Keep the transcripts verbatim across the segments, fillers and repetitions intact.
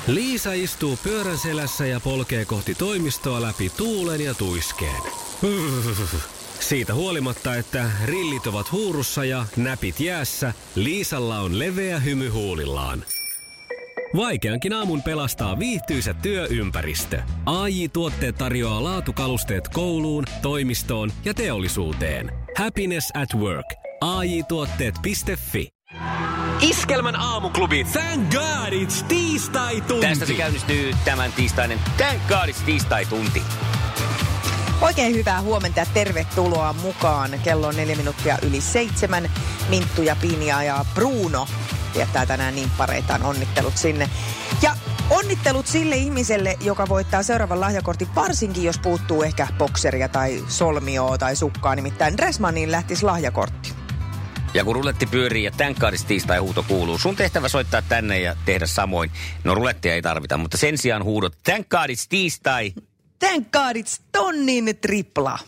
Liisa istuu pyörän selässä ja polkee kohti toimistoa läpi tuulen ja tuiskeen. Siitä huolimatta, että rillit ovat huurussa ja näpit jäässä, Liisalla on leveä hymy huulillaan. Vaikeankin aamun pelastaa viihtyisä työympäristö. A J-tuotteet tarjoaa laatukalusteet kouluun, toimistoon ja teollisuuteen. Happiness at work. A J tuotteet piste fi. Iskelmän aamuklubi. Thank God it's tiistai-tunti. Tästä se käynnistyy tämän tiistainen Thank God it's tiistai-tunti. Oikein hyvää huomenta ja tervetuloa mukaan. Kello on neljä minuuttia yli seitsemän. Minttu ja Pinja ja Bruno viettää tänään nimppareitaan. Onnittelut sinne. Ja onnittelut sille ihmiselle, joka voittaa seuraavan lahjakortin, varsinkin jos puuttuu ehkä bokseria tai solmioa tai sukkaa. Nimittäin Dressmaniin lähtisi lahjakortti. Ja kun ruletti pyörii ja Thank God it's tiistai huuto kuuluu, sun tehtävä soittaa tänne ja tehdä samoin. No rulettia ei tarvita, mutta sen sijaan huudot Thank God it's tiistai. Thank God it's tonnin tripla.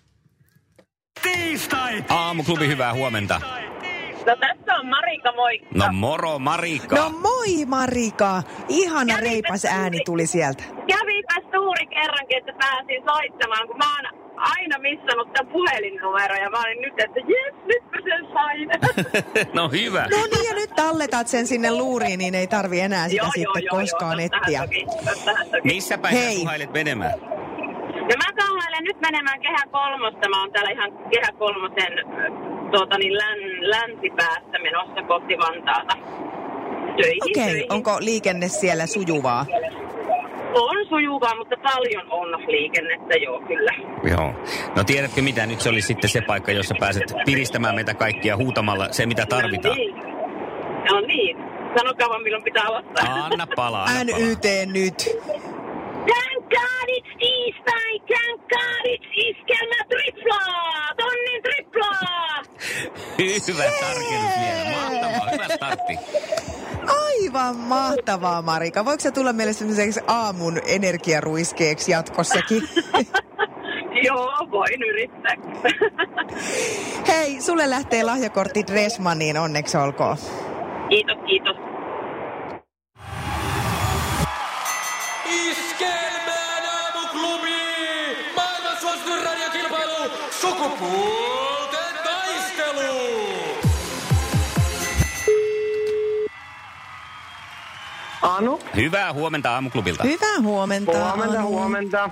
Tiistai! Aamuklubi, hyvää huomenta. No tässä on Marika, moikka. No moro Marika. No moi Marika. Ihana reipas ääni tuli sieltä. Kävipäs suuri kerrankin, että pääsin soittamaan, kun mä oon aina missannut tämän puhelinnumeron ja mä olin nyt, että jes, nyt mä sen sain. No hyvä. No niin, ja nyt talletat sen sinne luuriin, niin ei tarvi enää sitä joo, sitten joo, koskaan joo, etsiä. Toki, toki. Missä päin Hei. sä puhailet menemään? Ja mä kauhailen nyt menemään Kehä Kolmosta. Mä oon täällä ihan Kehä Kolmosen tuota, niin län, länsipäässä menossa kohti Vantaata. Töihin, Okei, töihin. onko liikenne siellä sujuvaa? On sujuvaa, mutta paljon on liikennettä, joo, kyllä. Joo. No tiedätkö mitä, nyt se oli sitten se paikka, jossa pääset piristämään meitä kaikkia huutamalla se, mitä tarvitaan. No niin. No niin. Sanokaa vaan, milloin pitää aloittaa. Anna palaa, anna N palaa. Y T nyt. Thank God it's tiistai, thank God it's iskelmä triplaa, tonnin triplaa. Hyvä tarkennus vielä, mahtavaa, hyvä startti. Aivan mahtavaa, Marika. Voiko se tulla meille sellaiseksi aamun energiaruiskeeksi jatkossakin? Joo, voin yrittää. Hei, sulle lähtee lahjakortti Dressmaniin, onneksi olkoon. Kiitos, kiitos. Iskelmän aamuklubi! Maailman suosituin radiokilpailu! Sukupuolten taistelu! Anu? Hyvää huomenta aamuklubilta. Hyvää huomenta. Huomenta, Anu. huomenta.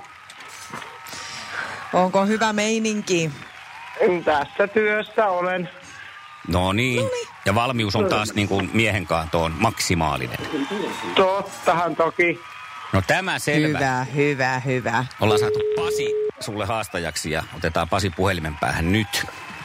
Onko hyvä meininki? Tässä työssä olen. No niin, ja valmius on taas niin kuin miehen kaatoon maksimaalinen. Tottahan toki. No tämä selvä. Hyvä, hyvä, hyvä. Ollaan saatu Pasi sulle haastajaksi ja otetaan Pasi puhelimen päähän nyt.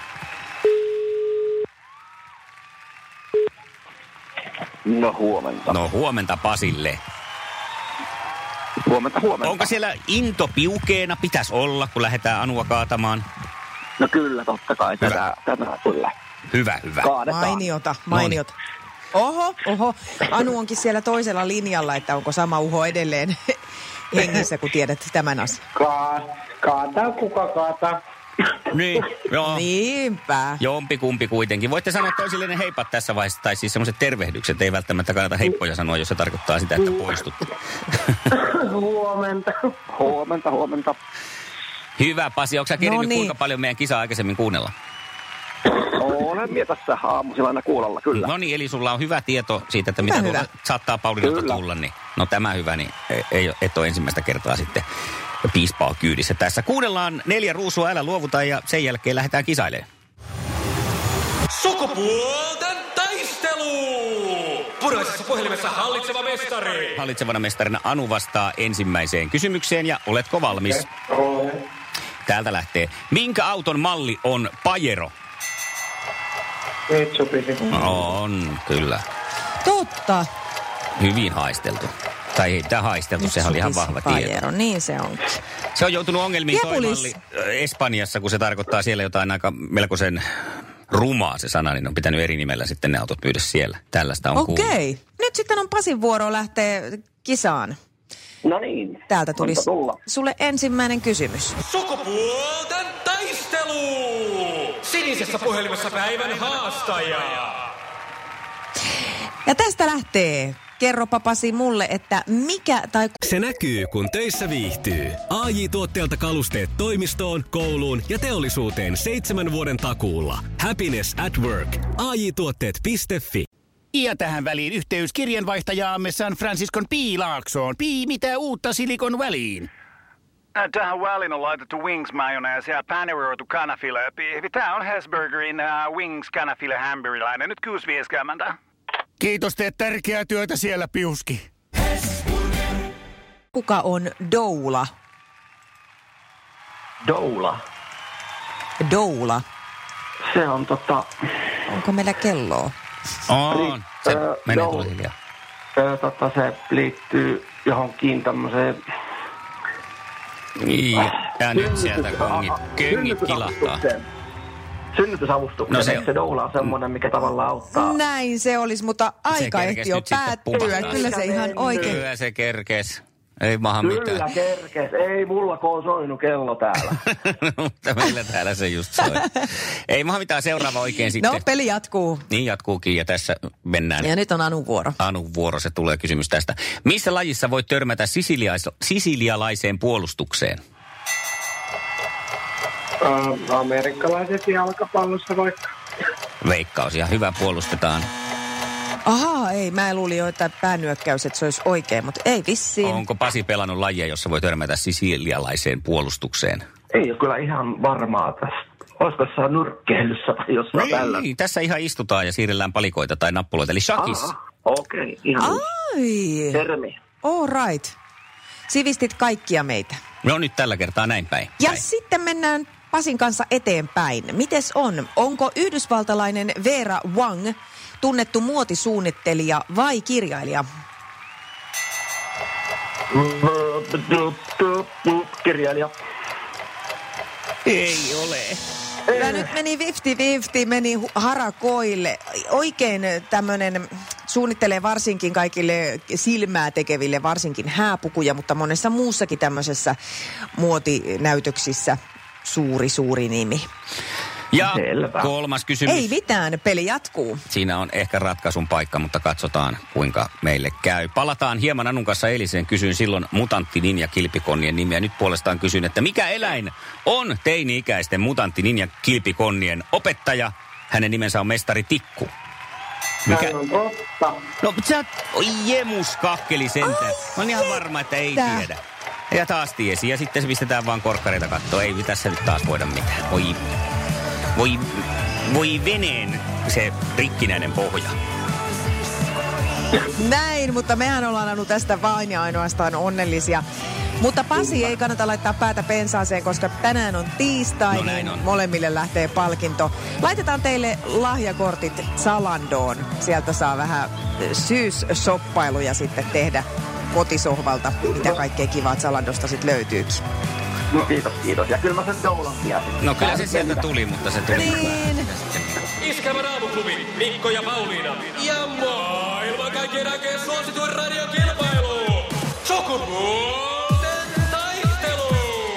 No huomenta. No huomenta Pasille. Huomenta, huomenta. Onko siellä into piukeena? Pitäisi olla, kun lähdetään Anua kaatamaan. No kyllä, totta kai. Hyvä. Tänään, tänään kyllä. Hyvä, hyvä. Kaadetaan. Mainiota, mainiota. Oho, oho. Anu onkin siellä toisella linjalla, että onko sama uho edelleen hengissä, kun tiedät tämän asian. Ka- kaataa, kuka kaataa. Niin, joo. Niinpä. Jompi kumpi kuitenkin. Voitte sanoa toisillenne heipat tässä vaiheessa, tai siis semmoiset tervehdykset. Ei välttämättä kannata heippoja sanoa, jos se tarkoittaa sitä, että poistut. Huomenta. Huomenta, huomenta. Hyvä Pasi, onko sä kerinyt No niin. kuinka paljon meidän kisaa aikaisemmin kuunnella? Olen minä tässä aamusilla aina kuulolla, kyllä. No niin, eli sulla on hyvä tieto siitä, että mitä Hyvä, tuolla hyvä. saattaa Paulinalta Kyllä. tulla. Niin, no tämä hyvä, niin ei, ei, et ole ensimmäistä kertaa sitten piispaa kyydissä tässä. Kuunnellaan neljä ruusua, älä luovuta ja sen jälkeen lähdetään kisailemaan. Sukupuolten taistelu! Punaisessa puhelimessa hallitseva mestari. Hallitsevana mestarina Anu vastaa ensimmäiseen kysymykseen ja oletko valmis? Olen. Täältä lähtee. Minkä auton malli on Pajero? Mitsubishi. On, kyllä. Totta. Hyvin haisteltu. Tai ei tämä haisteltu, sehän oli ihan vahva tieto. Pajero, niin se on. Se on joutunut ongelmiin toi Jepulis. malli äh, Espanjassa, kun se tarkoittaa siellä jotain aika melkoisen rumaa se sana, niin on pitänyt eri nimellä sitten ne autot myydä siellä. Tällaista on kuullut. Okei. Nyt sitten on Pasin vuoro lähteä kisaan. No niin. Täältä tulisi Antaa tulla. sulle ensimmäinen kysymys. Sukupuolten taistelu! Sinisessä puhelimessa päivän haastaja. Ja tästä lähtee. kerropa Pasi mulle, että mikä tai... Se näkyy, kun töissä viihtyy. A J-tuotteelta kalusteet toimistoon, kouluun ja teollisuuteen seitsemän vuoden takuulla. Happiness at work. A J tuotteet piste fi. Ja tähän väliin yhteys kirjanvaihtajaamme San Franciscon Piilaaksoon. Pii, mitä uutta Silikon väliin? Tähän väliin on laitettu wings mayonnaise ja paneroitu kanafila. Tämä on Hesburgerin uh, wings kanafila hamburilainen. Nyt kuusi viisikymmentä. Kiitos, teet tärkeää työtä siellä, Piuski. Kuka on doula? Doula. Doula. Se on tota... Onko meillä kelloa? On. Se Ö, menee doula. tuli hiljaa. Ö, tota, se liittyy johonkin tämmöiseen... Niin, ja nyt sieltä kongit, Aha, köngit kilahtaa. Synnytysavustukseen. No se- se, se doula on semmoinen, mikä tavallaan auttaa. Näin se olisi, mutta aika kerkesi ehti jo nyt sitten päättyä. pumahtaa. Kyllä se ihan oikein. Kyllä se kerkes. Ei maha Kyllä mitään. kerkes. Ei mulla koo soinut kello täällä. Mutta meillä täällä se just soi. Ei maha mitään, seuraava oikein sitten. No, peli jatkuu. Niin jatkuukin ja tässä mennään. Ja nyt on Anun vuoro. Anun vuoro, se tulee kysymys tästä. Missä lajissa voit törmätä sisiliais- sisilialaiseen puolustukseen? Äh, amerikkalaiset jalkapallossa vaikka. Veikkaus ja hyvä puolustetaan. Ahaa, ei. Mä luulin jo, että päänyökkäys, että se olisi oikein, mutta ei vissiin. Onko Pasi pelannut lajia, jossa voi törmätä sisilialaiseen puolustukseen? Ei ole kyllä ihan varmaa tästä. Olisiko jossain nyrkkeilyssä tai jossain tällä? Niin, tässä ihan istutaan ja siirrellään palikoita tai nappuloita, eli shakissa. Okei, okay, ihan uusi Ai, termi. all right. Sivistit kaikkia meitä. No nyt tällä kertaa näin päin. Ja Päin. sitten mennään Pasin kanssa eteenpäin. Mites on? Onko yhdysvaltalainen Vera Wang tunnettu muotisuunnittelija vai kirjailija? Kirjailija. Ei ole. Kyllä nyt meni viisikymmentä viisikymmentä, meni hu- harakoille. Oikein tämmöinen suunnittelee varsinkin kaikille silmää tekeville, varsinkin hääpukuja, mutta monessa muussakin tämmöisessä muotinäytöksissä suuri, suuri nimi. Ja Selvä. kolmas kysymys. Ei mitään, peli jatkuu. Siinä on ehkä ratkaisun paikka, mutta katsotaan kuinka meille käy. Palataan hieman Anun kanssa eiliseen. Kysyin silloin mutantti ninja kilpikonnien nimiä. Nyt puolestaan kysyn, että mikä eläin on teini-ikäisten mutantti ninja kilpikonnien opettaja? Hänen nimensä on mestari Tikku. Mikä? Tämä on totta. No sä oi jemus kakkeli sentään. Mä oon ihan varma, että ei että. tiedä. Ja taas tiesi. Ja sitten se pistetään vaan korkkareita kattoon. Ei tässä nyt taas voida mitään. Voi, voi, voi veneen se rikkinäinen pohja. Näin, mutta mehän ollaan Anu tästä vain ja ainoastaan onnellisia. Mutta Pasi ei kannata laittaa päätä pensaaseen, koska tänään on tiistai, No näin niin on. molemmille lähtee palkinto. Laitetaan teille lahjakortit Zalandoon. Sieltä saa vähän syyssoppailuja sitten tehdä kotisohvalta, mitä kaikkea kivaa Zalandosta sitten löytyykin. No kiitos, kiitos. Ja kyllä mä sen doulan tiesin. No kyllä se sieltä tuli, mutta se tuli. Niin. Iskävä Raamuklubi, Mikko ja Pauliina. Ja maailman kaikkien aikeen suosituen radiokilpailu. Sukupuolten taistelu.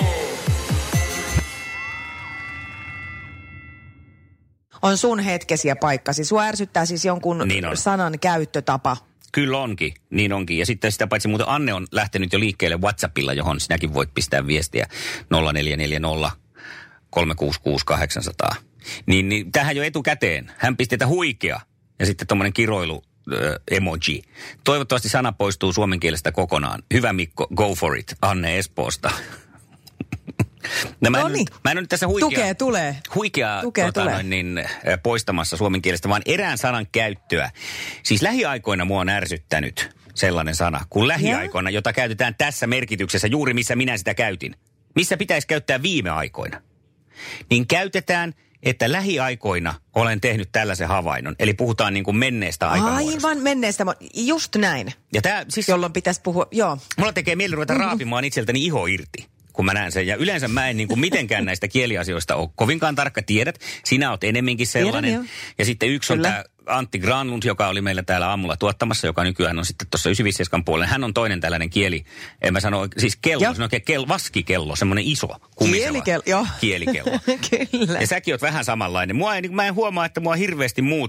On sun hetkesi ja paikkasi. Sua ärsyttää siis jonkun Niin on. sanan käyttötapa. Kyllä onkin, niin onkin. Ja sitten sitä paitsi muuten Anne on lähtenyt jo liikkeelle WhatsAppilla, johon sinäkin voit pistää viestiä nolla neljä neljä nolla kolme kuusi kuusi kahdeksan nolla nolla. Niin, niin tähän jo etukäteen. Hän pisti tätä huikea ja sitten tommonen kiroilu ö, emoji. Toivottavasti sana poistuu suomen kielestä kokonaan. Hyvä Mikko, go for it. Anne Espoosta. No, mä, en Noniin. nyt, mä en ole nyt tässä huikea, Tukee tulee. huikeaa Tukee tota, tulee. noin, niin, äh, poistamassa suomen kielestä, vaan erään sanan käyttöä. Siis lähiaikoina mua on ärsyttänyt sellainen sana kuin lähiaikoina, jota käytetään tässä merkityksessä juuri missä minä sitä käytin. Missä pitäisi käyttää viime aikoina. Niin käytetään, että lähiaikoina olen tehnyt tällaisen havainnon. Eli puhutaan niin kuin menneestä aikamuodosta. Aivan menneestä. mo- Just näin. Ja tää, siis, Jolloin pitäisi puhua, joo. mulla tekee mieli ruveta raapimaan itseltäni iho irti, kun mä näen sen. Ja yleensä mä en niin kuin mitenkään näistä kieliasioista ole kovinkaan tarkka. Tiedät, sinä oot enemminkin sellainen. Tiedän, joo. Ja sitten yksi Kyllä. on tämä Antti Granlund, joka oli meillä täällä aamulla tuottamassa, joka nykyään on sitten tuossa yhdeksänkymmentäseitsemän puolella. Hän on toinen tällainen kieli, en mä sano, siis kello, Joo. se on oikein kel, vaskikello, semmoinen iso, kumiseva. Kielikello, joo. Kielikello. Kyllä. Ja säkin oot vähän samanlainen. Mua ei, mä en huomaa, että mua hirveästi muut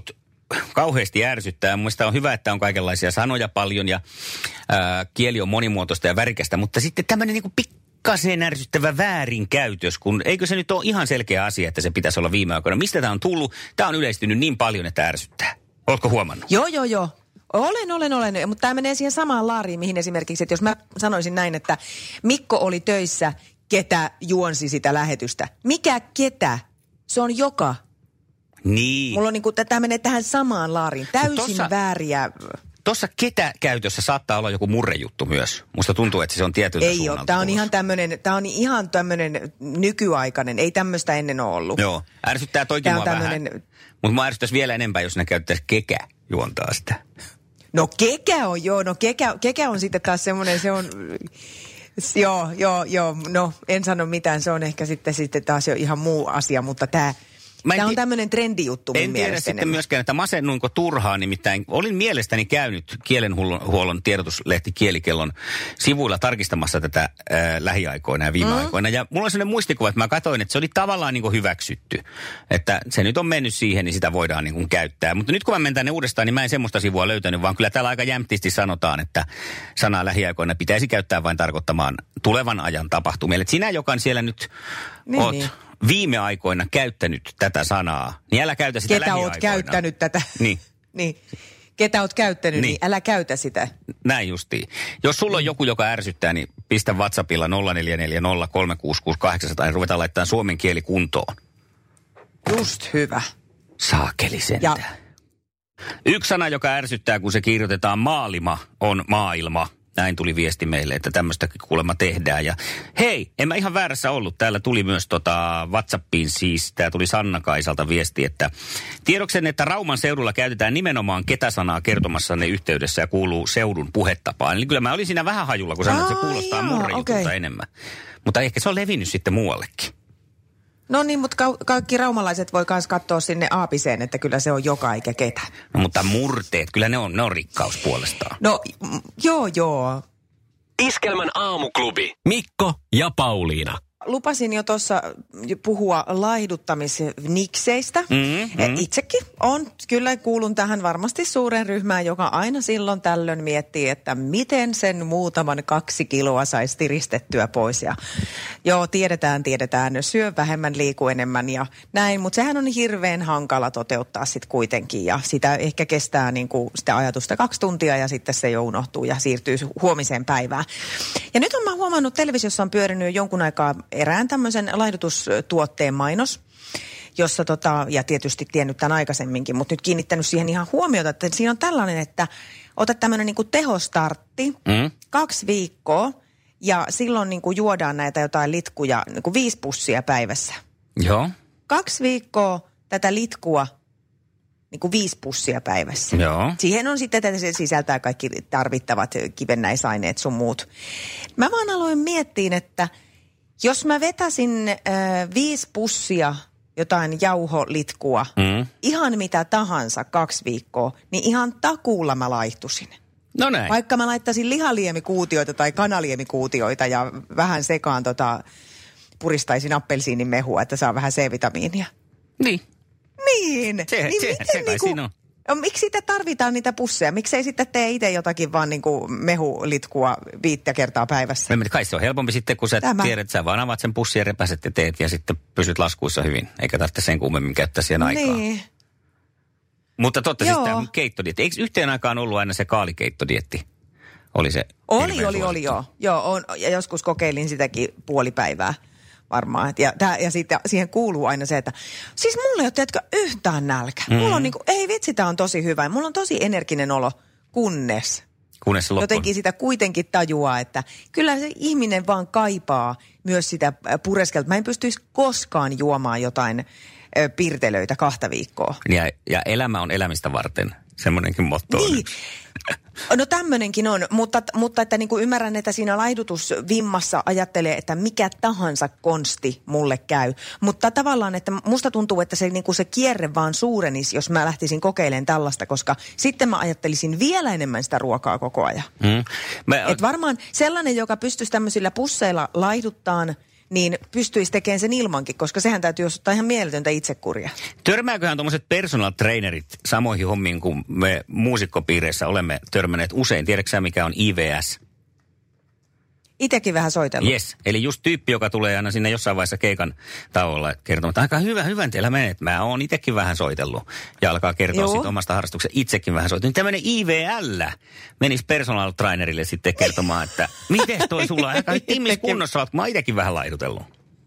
kauheasti ärsyttää. Mielestäni on hyvä, että on kaikenlaisia sanoja paljon ja ää, kieli on monimuotoista ja värikästä, mutta sitten tämmöinen niin kuin pikkasen ärsyttävä väärinkäytös, kun eikö se nyt ole ihan selkeä asia, että se pitäisi olla viime aikoina. Mistä tämä on tullut? Tämä on yleistynyt niin paljon, että ärsyttää. Oletko huomannut? Joo, joo, joo. Olen, olen, olen. Mutta tämä menee siihen samaan laariin, mihin esimerkiksi, että jos mä sanoisin näin, että Mikko oli töissä, ketä juonsi sitä lähetystä. Mikä ketä? Se on joka. Niin. Mulla on niin kuin, tämä menee tähän samaan laariin. Täysin tossa, vääriä. Tuossa ketä-käytössä saattaa olla joku murrejuttu myös. Musta tuntuu, että se on tietyltä Ei suunnalta ole. Tämä on tulossa. ihan tämmöinen, tämä on ihan tämmöinen nykyaikainen. Ei tämmöistä ennen ole ollut. Joo, ärsyttää toikin mua tämmönen... vähän. Mutta mä ärsyttäisi vielä enempää, jos ne käyttäisi kekä juontaa sitä. No kekä on, joo. No kekä, kekä on sitten taas semmoinen, se on... Joo, joo, joo. No en sano mitään. Se on ehkä sitten, sitten taas jo ihan muu asia, mutta tämä... Tämä on tämmöinen trendijuttu mun En tiedä mielestä sitten enemmän. myöskään, että masennuinko turhaan, nimittäin olin mielestäni käynyt kielenhuollon tiedotuslehti Kielikellon sivuilla tarkistamassa tätä ää, lähiaikoina ja viime mm. aikoina. Ja mulla on sellainen muistikuva, että mä katsoin, että se oli tavallaan niin kuin hyväksytty. Että se nyt on mennyt siihen, niin sitä voidaan niin kuin käyttää. Mutta nyt kun mä menen tänne uudestaan, niin mä en semmoista sivua löytänyt, vaan kyllä täällä aika jämptisti sanotaan, että sanaa lähiaikoina pitäisi käyttää vain tarkoittamaan tulevan ajan tapahtumia. Eli sinä, joka siellä nyt niin, oot... Niin. viime aikoina käyttänyt tätä sanaa, niin älä käytä sitä Ketä lähiaikoina. oot käyttänyt tätä? Niin. niin. Ketä oot käyttänyt, niin. niin älä käytä sitä. Näin justiin. Jos sulla on joku, joka ärsyttää, niin pistä WhatsAppilla nolla neljä neljä nolla kolme kuusi kuusi kahdeksan nolla nolla ja ruvetaan laittamaan suomen kieli kuntoon. Just hyvä. Saakeli sentään. Ja. Yksi sana, joka ärsyttää, kun se kirjoitetaan maalima, on maailma. Näin tuli viesti meille, että tämmöistä kuulemma tehdään. Ja hei, en mä ihan väärässä ollut. Täällä tuli myös tota WhatsAppiin siis, tää tuli Sanna Kaisalta viesti, että tiedoksen, että Rauman seudulla käytetään nimenomaan ketä-sanaa kertomassanne yhteydessä ja kuuluu seudun puhetapaan. Eli kyllä mä olin siinä vähän hajulla, kun sanoin, että se kuulostaa murrejutulta okay. enemmän. Mutta ehkä se on levinnyt sitten muuallekin. No niin, mutta ka- kaikki raumalaiset voi myös katsoa sinne aapiseen, että kyllä se on joka eikä ketä. No mutta murteet, kyllä ne on, ne on rikkaus puolestaan. No m- joo joo. Iskelmän aamuklubi. Mikko ja Pauliina. Lupasin jo tuossa puhua laihduttamisnikseistä. Mm-hmm. Itsekin on, kyllä kuulun tähän varmasti suuren ryhmään, joka aina silloin tällöin miettii, että miten sen muutaman kaksi kiloa saisi tiristettyä pois. Ja joo, tiedetään, tiedetään, syö vähemmän, liiku enemmän ja näin, mutta sehän on hirveän hankala toteuttaa sitten kuitenkin. Ja sitä ehkä kestää niin kuin sitä ajatusta kaksi tuntia ja sitten se jo unohtuu ja siirtyy huomiseen päivään. Ja nyt on mä huomannut, televisiossa on pyörinyt jonkun aikaa erään tämmöisen laihdutustuotteen mainos, jossa tota, ja tietysti tiennyt tämän aikaisemminkin, mutta nyt kiinnittänyt siihen ihan huomiota, että siinä on tällainen, että ota tämmöinen niin kuin tehostartti, mm. kaksi viikkoa, ja silloin niin kuin juodaan näitä jotain litkuja, niin kuin viisi pussia päivässä. Joo. Kaksi viikkoa tätä litkua, niin kuin viisi pussia päivässä. Joo. Siihen on sitten, että se sisältää kaikki tarvittavat kivennäisaineet sun muut. Mä vaan aloin miettiä, että jos mä vetäisin äh, viisi pussia jotain jauholitkua, mm. ihan mitä tahansa kaksi viikkoa, niin ihan takuulla mä laihtuisin. No näin. Vaikka mä laittaisin lihaliemikuutioita tai kanaliemikuutioita ja vähän sekaan tota, puristaisin appelsiinin mehua, että saa vähän C-vitamiinia. Niin. Niin. Se, niin se, miten se kai niinku, siinä on. miksi sitten tarvitaan niitä pusseja? Miksi ei sitten tee itse jotakin vaan niinku mehulitkua viittä kertaa päivässä? Mä, kai se on helpompi sitten, kun sä Tämä. tiedät, että sä vaan avaat sen pussin ja repäset ja teet ja sitten pysyt laskuissa hyvin. Eikä tarvitse sen kummemmin käyttää siihen aikaa. Niin. Mutta totta siis tämä keittodietti. Eikö yhteen aikaan ollut aina se kaalikeittodietti? Oli se? Oli, oli, oli joo. Joo, on, ja joskus kokeilin sitäkin puoli päivää varmaan. Ja, tää, ja sitten siihen kuuluu aina se, että siis mulla ei ole teetkö yhtään nälkä. Mm. Mulla on niinku, ei vitsi, tää on tosi hyvä. Mulla on tosi energinen olo, kunnes. Kunnes se loppuu. Jotenkin sitä kuitenkin tajuaa, että kyllä se ihminen vaan kaipaa myös sitä pureskelta. Mä en pystyisi koskaan juomaan jotain ö, pirtelöitä kahta viikkoa. Ja, ja elämä on elämistä varten. Semmoinenkin motto on. Niin. No tämmöinenkin on, mutta, mutta että niin kuin ymmärrän, että siinä laihdutusvimmassa ajattelee, että mikä tahansa konsti mulle käy. Mutta tavallaan, että musta tuntuu, että se, niin kuin se kierre vaan suurenisi, jos mä lähtisin kokeilemaan tällaista, koska sitten mä ajattelisin vielä enemmän sitä ruokaa koko ajan. Mm. Mä... Et varmaan sellainen, joka pystyisi tämmöisillä pusseilla laihduttaan niin pystyisi tekemään sen ilmankin, koska sehän täytyy ottaa ihan mieletöntä itsekuria. Törmääköhän tuommoiset personal trainerit samoihin hommiin, kuin me muusikkopiireissä olemme törmänneet usein? Tiedätkö mikä on I V S? Itekin vähän soitellut. Yes, eli just tyyppi, joka tulee aina sinne jossain vaiheessa keikan tauolla kertomaan, että aika hyvä, hyvän teillä menet. Mä oon itsekin vähän soitellut. Ja alkaa kertoa siitä omasta harrastuksesta itsekin vähän soitellut. Tämmöinen I V L menisi personal trainerille sitten kertomaan, että miten toi sulla on aika timmis kunnossa olet, kun mä oon itsekin vähän laidutellut.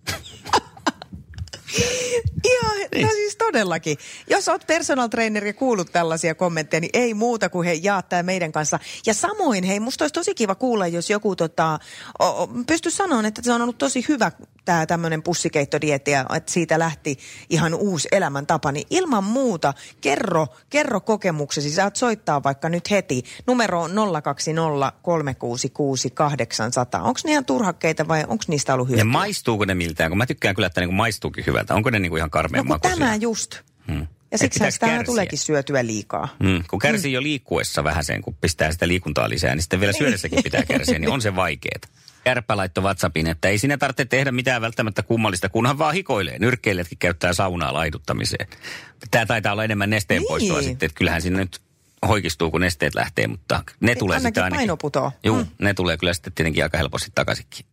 Ihan, no siis todellakin. Jos oot personal trainer ja kuullut tällaisia kommentteja, niin ei muuta kuin hei, jaa tää meidän kanssa. Ja samoin, hei, musta olisi tosi kiva kuulla, jos joku tota, pysty sanomaan, että se on ollut tosi hyvä tää tämmönen pussikeittodieetti, että siitä lähti ihan uusi elämäntapa. Niin ilman muuta, kerro, kerro kokemuksesi. Saat soittaa vaikka nyt heti. Numero on nolla kaksi nolla kolme kuusi kuusi kahdeksan nolla nolla. Onko ne ihan turhakkeita vai onko niistä ollut hyötyä? Ja maistuuko ne miltään? Kun mä tykkään kyllä, että ne maistuukin hyvältä. Onko ne niinku ihan karmeen no, makuisia? Tämä just. Hmm. Ja siksi sitä tuleekin syötyä liikaa. Hmm. Kun kärsii hmm. jo liikkuessa vähän sen, kun pistää sitä liikuntaa lisää, niin sitten vielä syödessäkin pitää kärsiä, niin on se vaikeeta. Kärppä laittoi WhatsAppin, että ei siinä tarvitse tehdä mitään välttämättä kummallista, kunhan vaan hikoilee. Nyrkkeilijätkin käyttää saunaa laiduttamiseen. Tämä taitaa olla enemmän nesteen niin. poistoa sitten, että kyllähän siinä nyt hoikistuu, kun nesteet lähtee, mutta ne Et tulee sitten ainakin. Paino putoo. Juu, hmm. ne tulee kyllä sitten tietenkin aika helposti takaisinkin.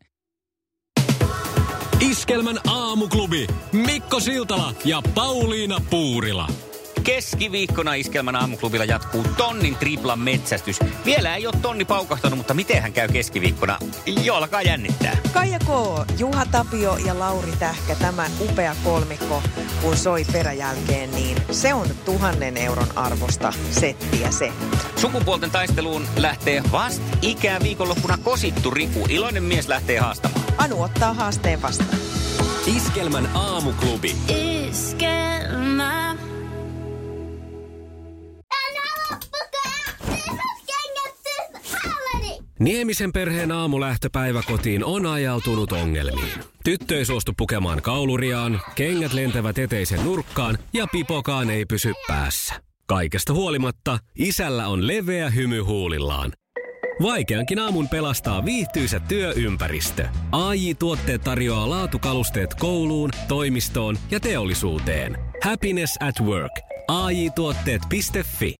Iskelmän aamuklubi. Mikko Siltala ja Pauliina Puurila. Keskiviikkona Iskelmän aamuklubilla jatkuu tonnin triplan metsästys. Vielä ei ole tonni paukahtanut, mutta miten hän käy keskiviikkona? Jo alkaa jännittää. Kaija K, Juha Tapio ja Lauri Tähkä, tämän upea kolmikko, kun soi peräjälkeen, niin se on tuhannen euron arvosta settiä se. Sukupuolten taisteluun lähtee vast ikää viikonloppuna kosittu Riku. Iloinen mies lähtee haastamaan. Anu ottaa haasteen vastaan. Iskelmän aamuklubi. Iskelmä. Niemisen perheen aamulähtöpäivä kotiin on ajautunut ongelmiin. Tyttö ei suostu pukemaan kauluriaan, kengät lentävät eteisen nurkkaan ja pipokaan ei pysy päässä. Kaikesta huolimatta, isällä on leveä hymy huulillaan. Vaikeankin aamun pelastaa viihtyisä työympäristö. A J-tuotteet tarjoaa laatukalusteet kouluun, toimistoon ja teollisuuteen. Happiness at work. A J tuotteet piste fi